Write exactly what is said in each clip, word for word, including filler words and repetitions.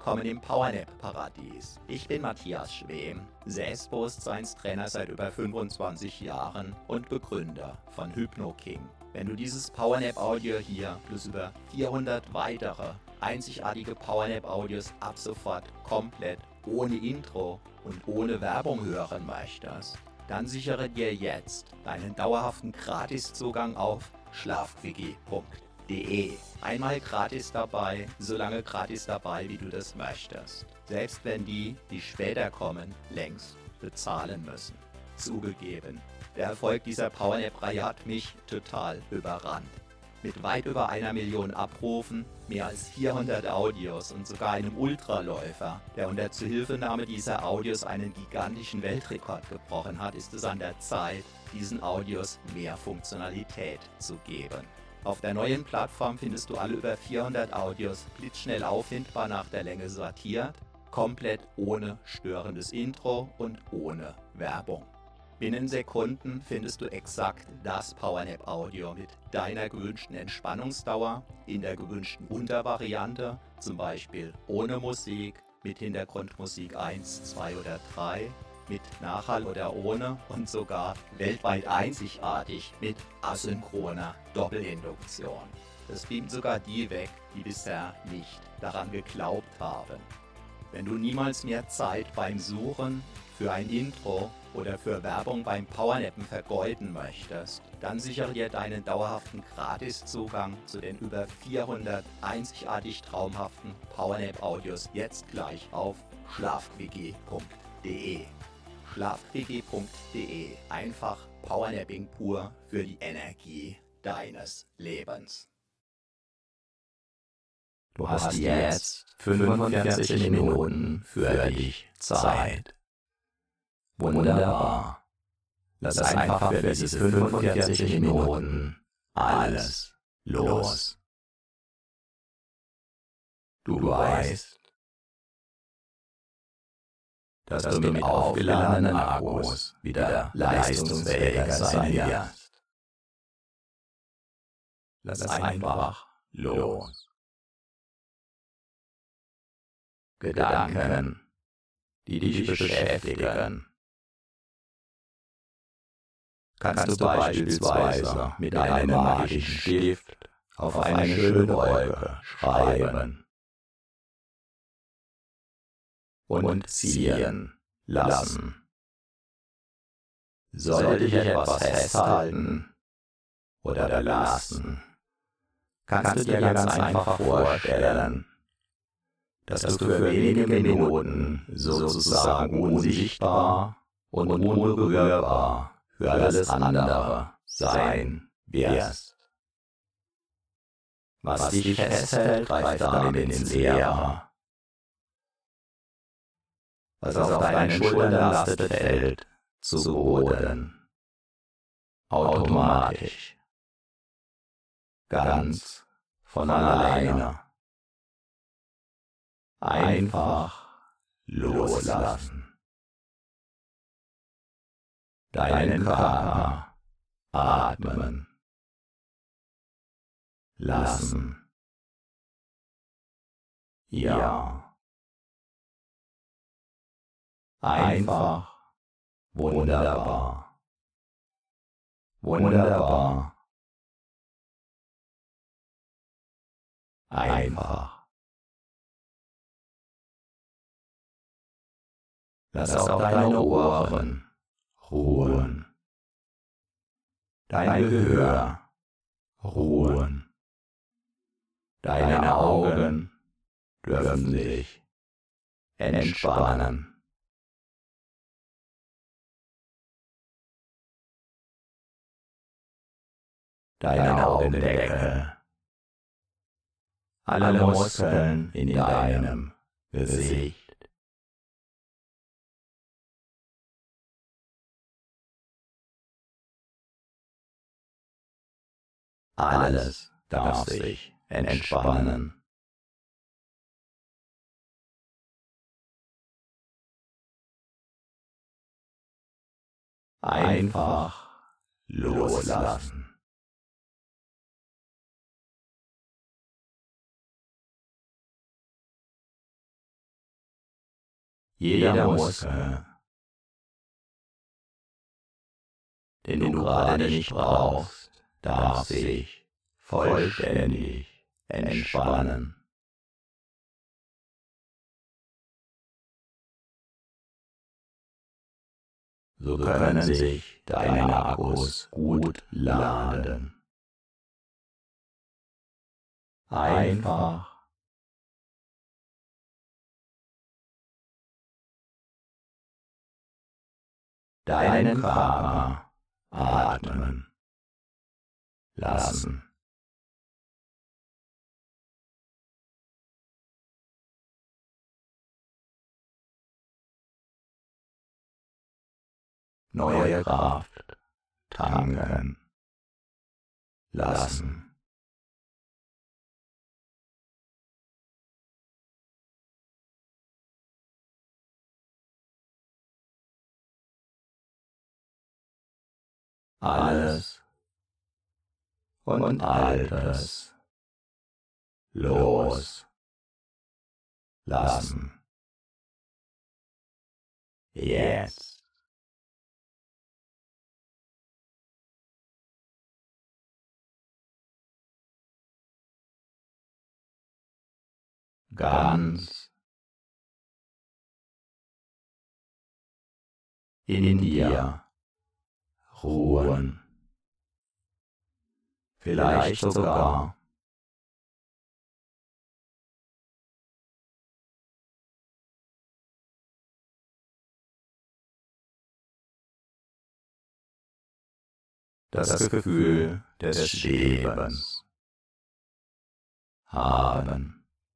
willkommen im PowerNap-Paradies. Ich bin Matthias Schwem, Selbstbewusstseinstrainer seit über fünfundzwanzig Jahren und Begründer von HypnoKing. Wenn du dieses PowerNap-Audio hier plus über vierhundert weitere einzigartige PowerNap-Audios ab sofort komplett ohne Intro und ohne Werbung hören möchtest, dann sichere dir jetzt deinen dauerhaften Gratiszugang auf schlafquickie punkt de. Einmal gratis dabei, so lange gratis dabei, wie du das möchtest. Selbst wenn die, die später kommen, längst bezahlen müssen. Zugegeben, der Erfolg dieser PowerNap-Reihe hat mich total überrannt. Mit weit über einer Million Abrufen, mehr als vierhundert Audios und sogar einem Ultraläufer, der unter Zuhilfenahme dieser Audios einen gigantischen Weltrekord gebrochen hat, ist es an der Zeit, diesen Audios mehr Funktionalität zu geben. Auf der neuen Plattform findest du alle über vierhundert Audios blitzschnell auffindbar nach der Länge sortiert, komplett ohne störendes Intro und ohne Werbung. Binnen Sekunden findest du exakt das PowerNap-Audio mit deiner gewünschten Entspannungsdauer in der gewünschten Untervariante, zum Beispiel ohne Musik, mit Hintergrundmusik eins, zwei oder drei, mit Nachhall oder ohne und sogar weltweit einzigartig mit asynchroner Doppelinduktion. Das beamt sogar die weg, die bisher nicht daran geglaubt haben. Wenn du niemals mehr Zeit beim Suchen für ein Intro oder für Werbung beim Powernappen vergeuden möchtest, dann sichere dir deinen dauerhaften Gratiszugang zu den über vierhundert einzigartig traumhaften PowerNap-Audios jetzt gleich auf schlafquickie punkt de. schlafquickie punkt de. Einfach Powernapping pur für die Energie deines Lebens. Du hast jetzt fünfundvierzig Minuten für dich Zeit. Wunderbar. Lass einfach für diese fünfundvierzig Minuten alles los. Du weißt, dass du mit aufgeladenen Akkus wieder leistungsfähiger sein wirst. Lass einfach los. Gedanken, die dich beschäftigen, kannst du beispielsweise mit einem magischen Stift auf eine schöne Wolke schreiben und ziehen lassen. Sollte dich etwas festhalten oder belasten, kannst du dir ganz einfach vorstellen, dass du für wenige Minuten sozusagen unsichtbar und unberührbar für alles andere sein wirst. Was dich festhält, greift damit ins Leere. Was auf deinen Schultern lastet, fällt zu Boden. Automatisch. Ganz von alleine. Einfach loslassen. Deinen Körper atmen lassen. Ja. Einfach wunderbar. Wunderbar. Einfach. Lass auch deine Ohren ruhen. Dein Gehör ruhen. Deine Augen dürfen sich entspannen. Deine Augendecke. Alle Muskeln in deinem Gesicht. Alles darf sich entspannen. Einfach loslassen. Jeder Muskel, den du gerade nicht brauchst, darf sich vollständig entspannen. So können sich deine Akkus gut laden. Einfach deinen Körper atmen lassen. Neue Kraft tanken lassen. Alles und Altes los lassen. Jetzt. Ganz in dir ruhen. Vielleicht sogar das Gefühl des Schwebens haben.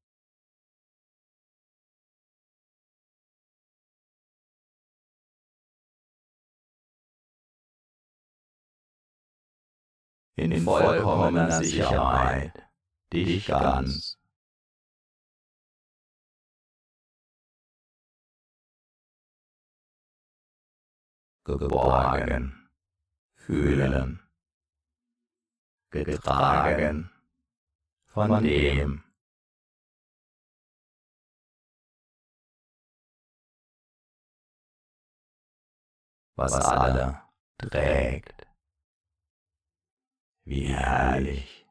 In vollkommener Sicherheit dich ganz geborgen fühlen, getragen von dem, was alle trägt. Wie herrlich.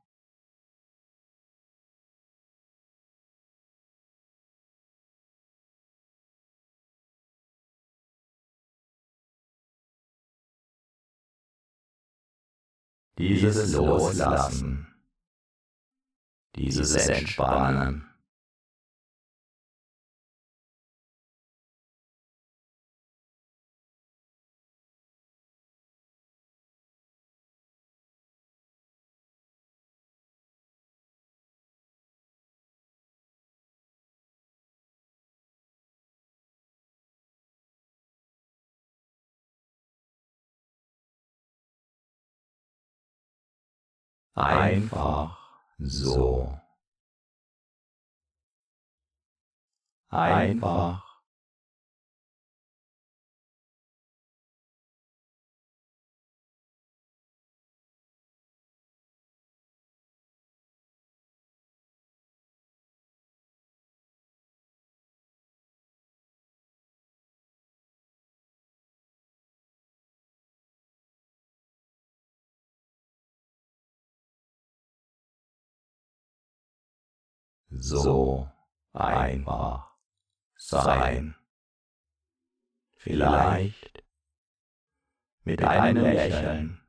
Dieses Loslassen, dieses Entspannen, einfach so, einfach so einfach sein. Vielleicht mit einem Lächeln.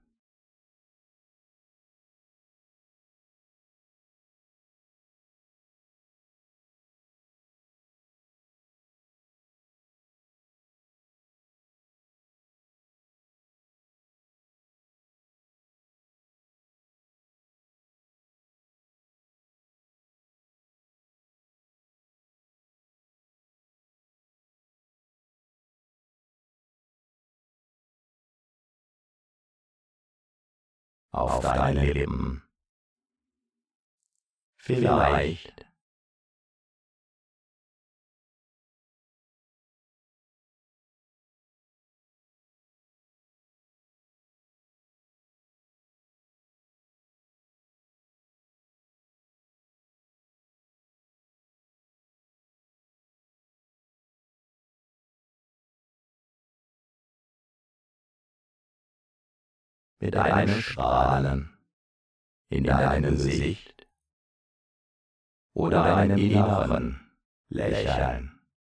Auf deine Lippen. Vielleicht mit einem Strahlen in deinem Gesicht oder einem inneren Lächeln.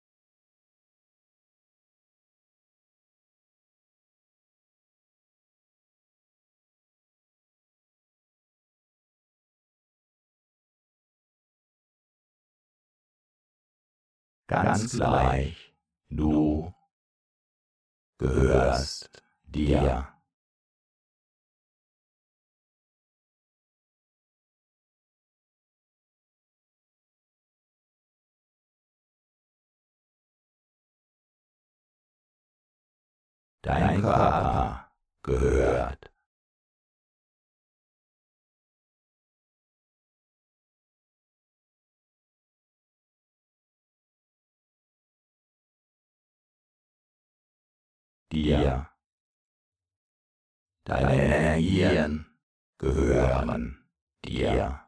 Ganz gleich, du gehörst dir. Dein Körper gehört. Dir. Deine Energien gehören dir.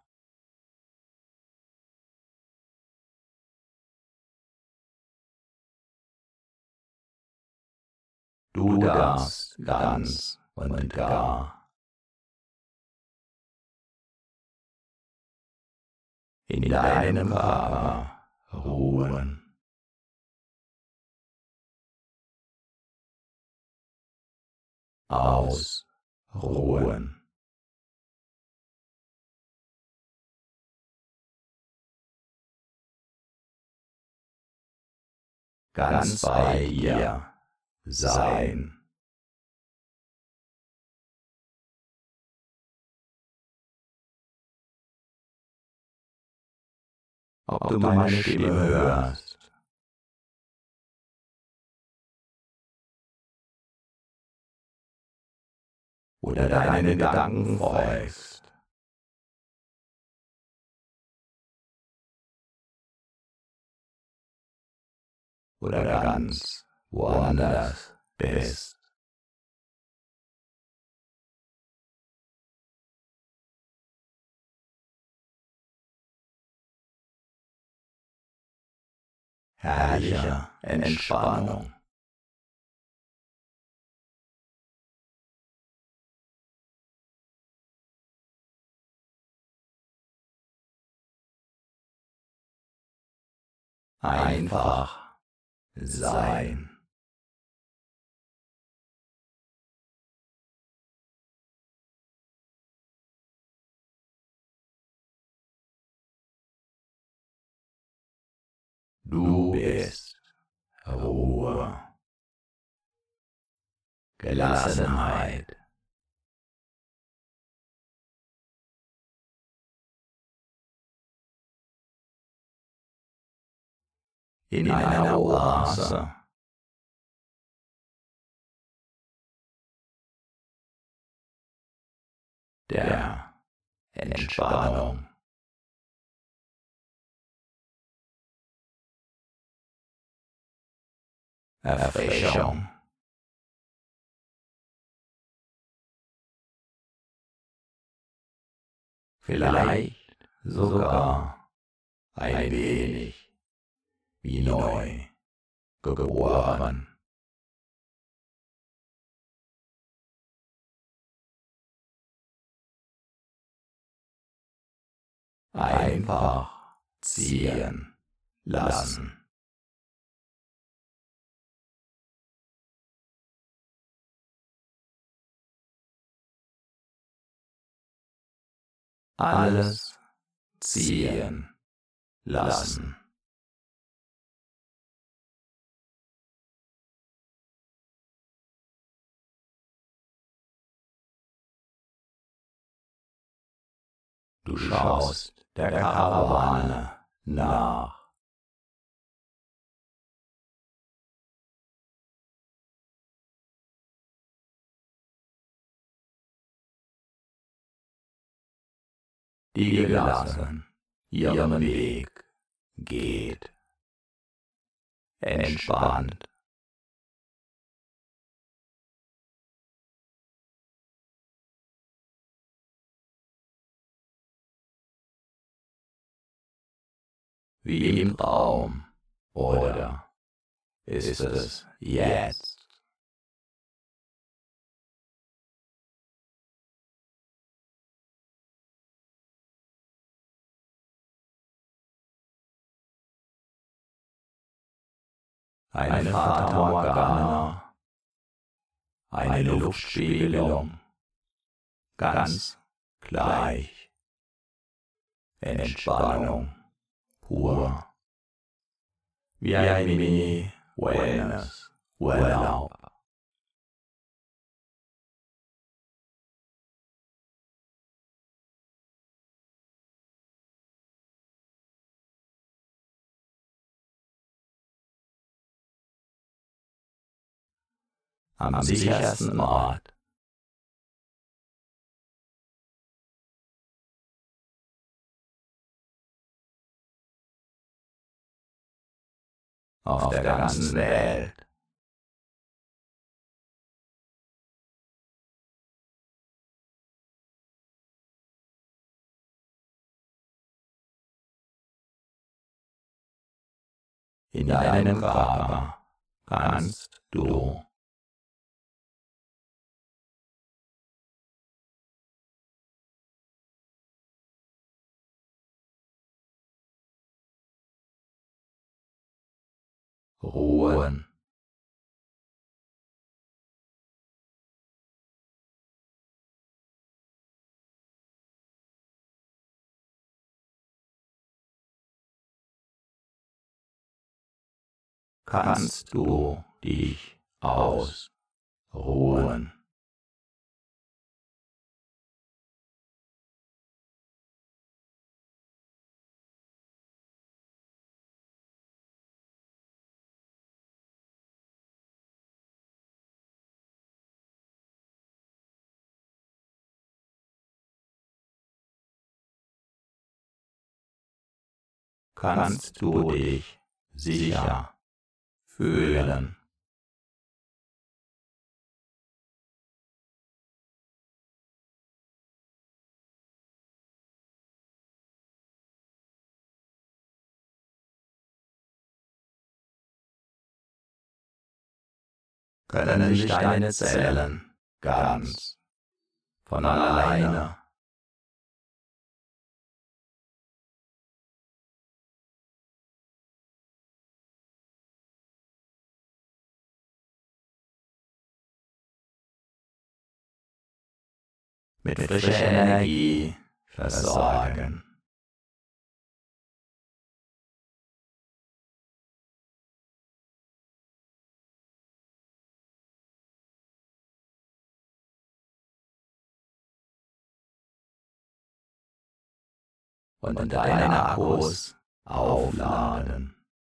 Du darfst ganz und gar in deinem Körper ruhen. Ausruhen. Ganz bei dir sein. Ob du meine Stimme hörst oder deinen Gedanken folgst, oder ganz woanders bist. Herrliche Entspannung. Einfach sein. Du bist Ruhe, Gelassenheit. In einer Oase. Der Entspannung. Erfrischung. Vielleicht sogar ein wenig wie neu geboren. Einfach ziehen lassen. Alles ziehen lassen. Du schaust der Karawane nach. Die gelassen ihren Weg geht. Entspannt. Wie im Traum, oder ist es jetzt? eine Fata Morgana, eine Luftspiegelung, ganz gleich, Entspannung pur, wie ein Mini-Wellness-Urlaub. Am sichersten Ort. Auf der ganzen Welt. In deinem Körper kannst du ruhen. Kannst du dich ausruhen. Kannst du dich sicher fühlen. Können sich deine Zellen ganz von alleine mit frischer Energie versorgen. Und deine Akkus aufladen.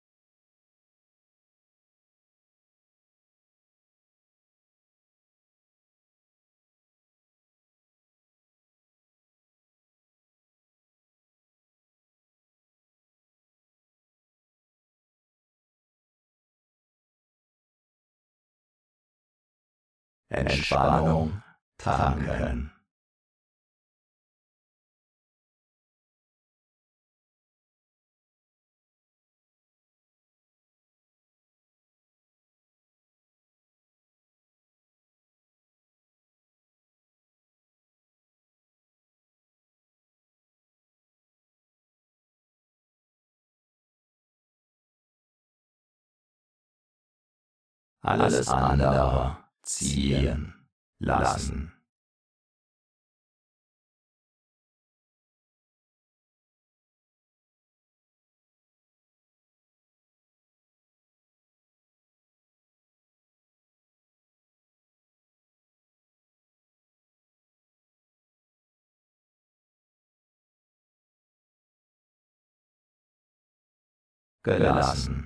Entspannung tanken. Alles andere ziehen lassen. Gelassen.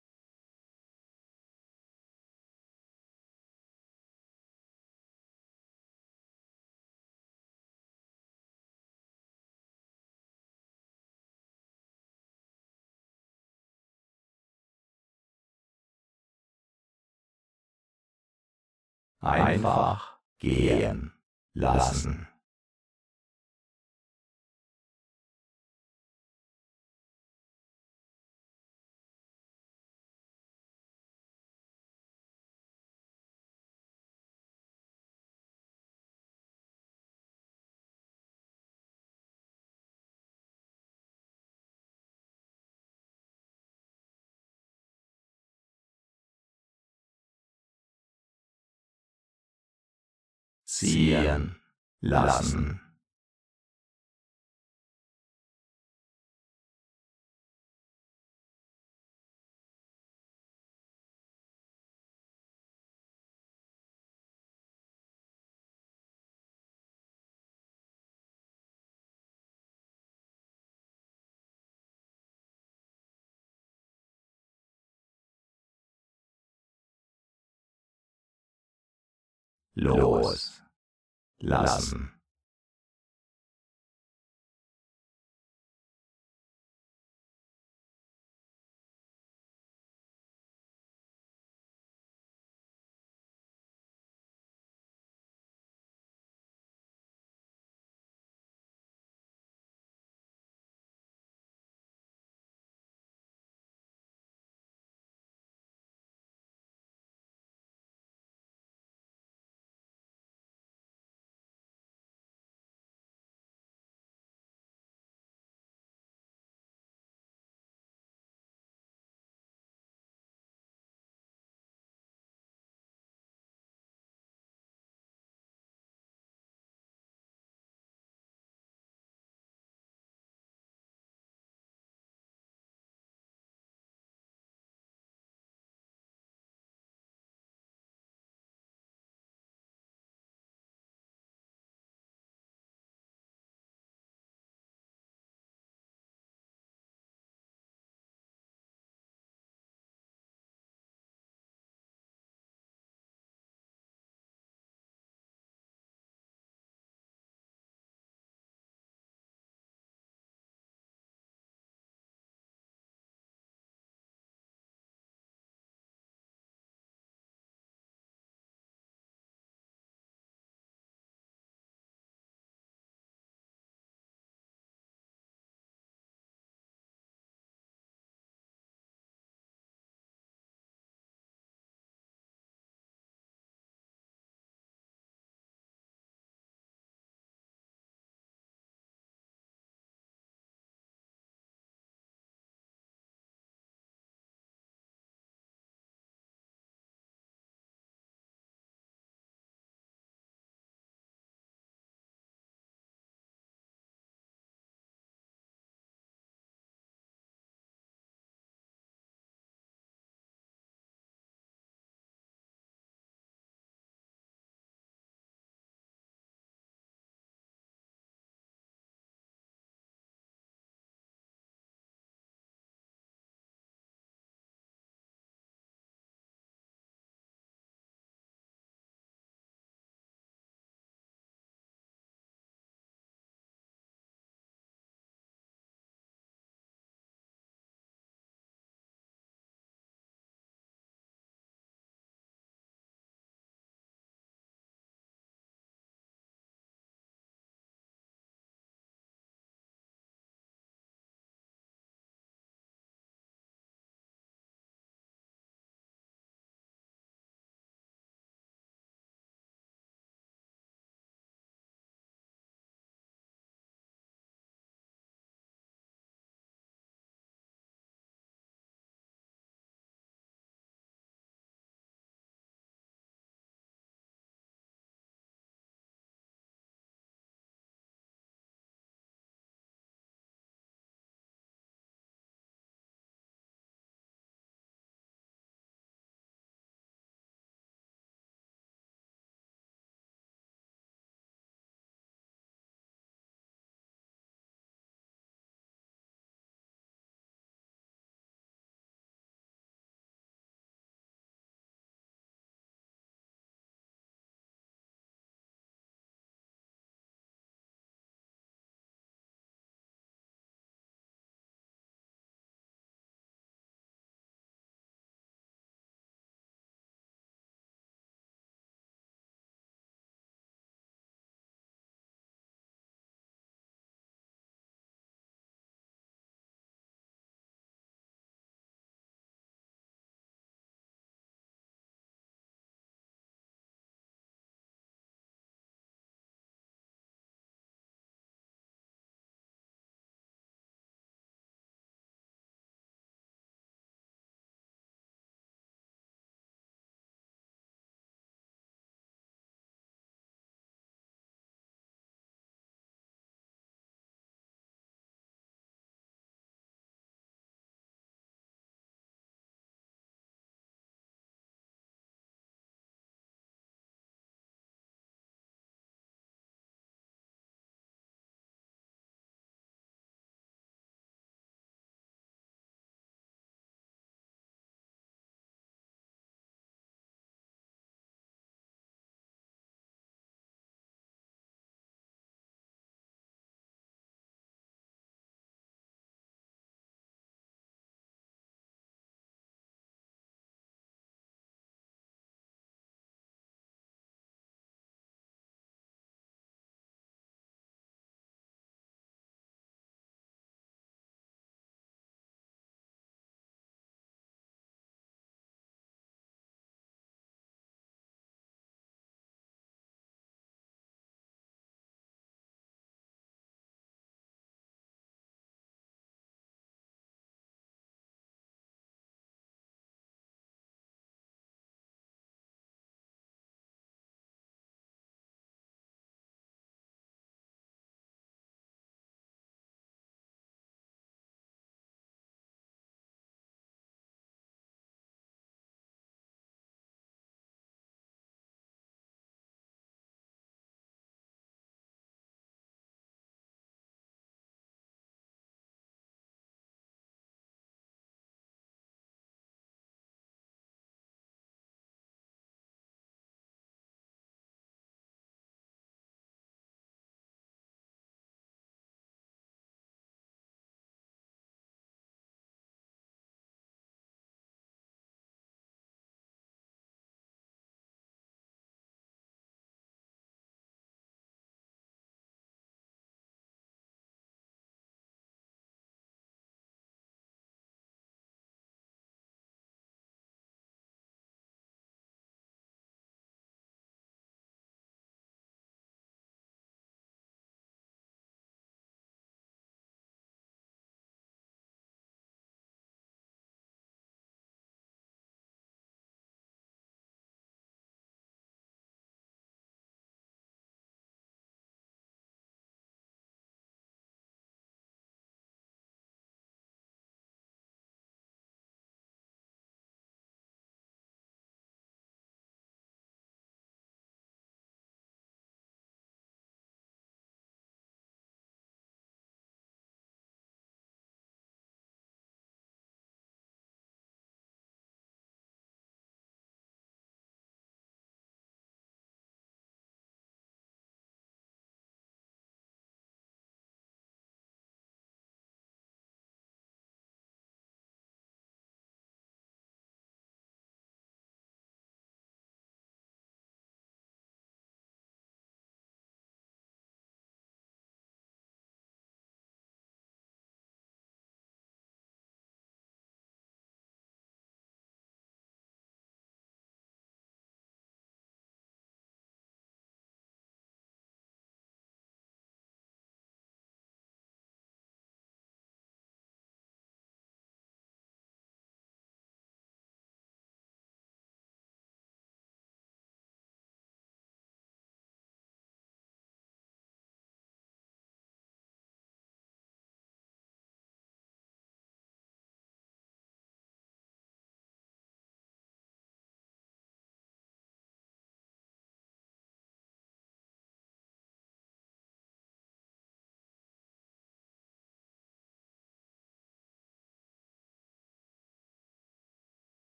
Einfach gehen lassen. ziehen lassen. Los lassen.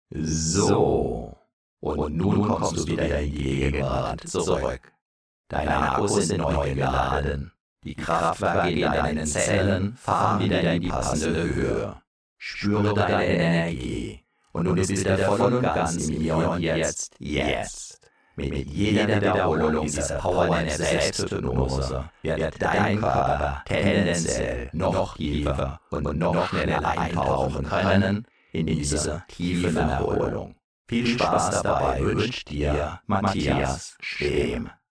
So, und nun kommst du wieder in die Gegenwart zurück. Deine Akkus sind neu geladen. Die Kraftwerke in deinen Zellen fahren wieder in die passende Höhe. Spüre deine Energie und du bist wieder voll und ganz im Hier und Jetzt, jetzt. Mit jeder Wiederholung dieser Powernap-Selbsthypnose wird dein Körper tendenziell noch tiefer und noch schneller eintauchen können in diese tiefe Erholung. Viel Spaß dabei wünscht dir Matthias Schwem.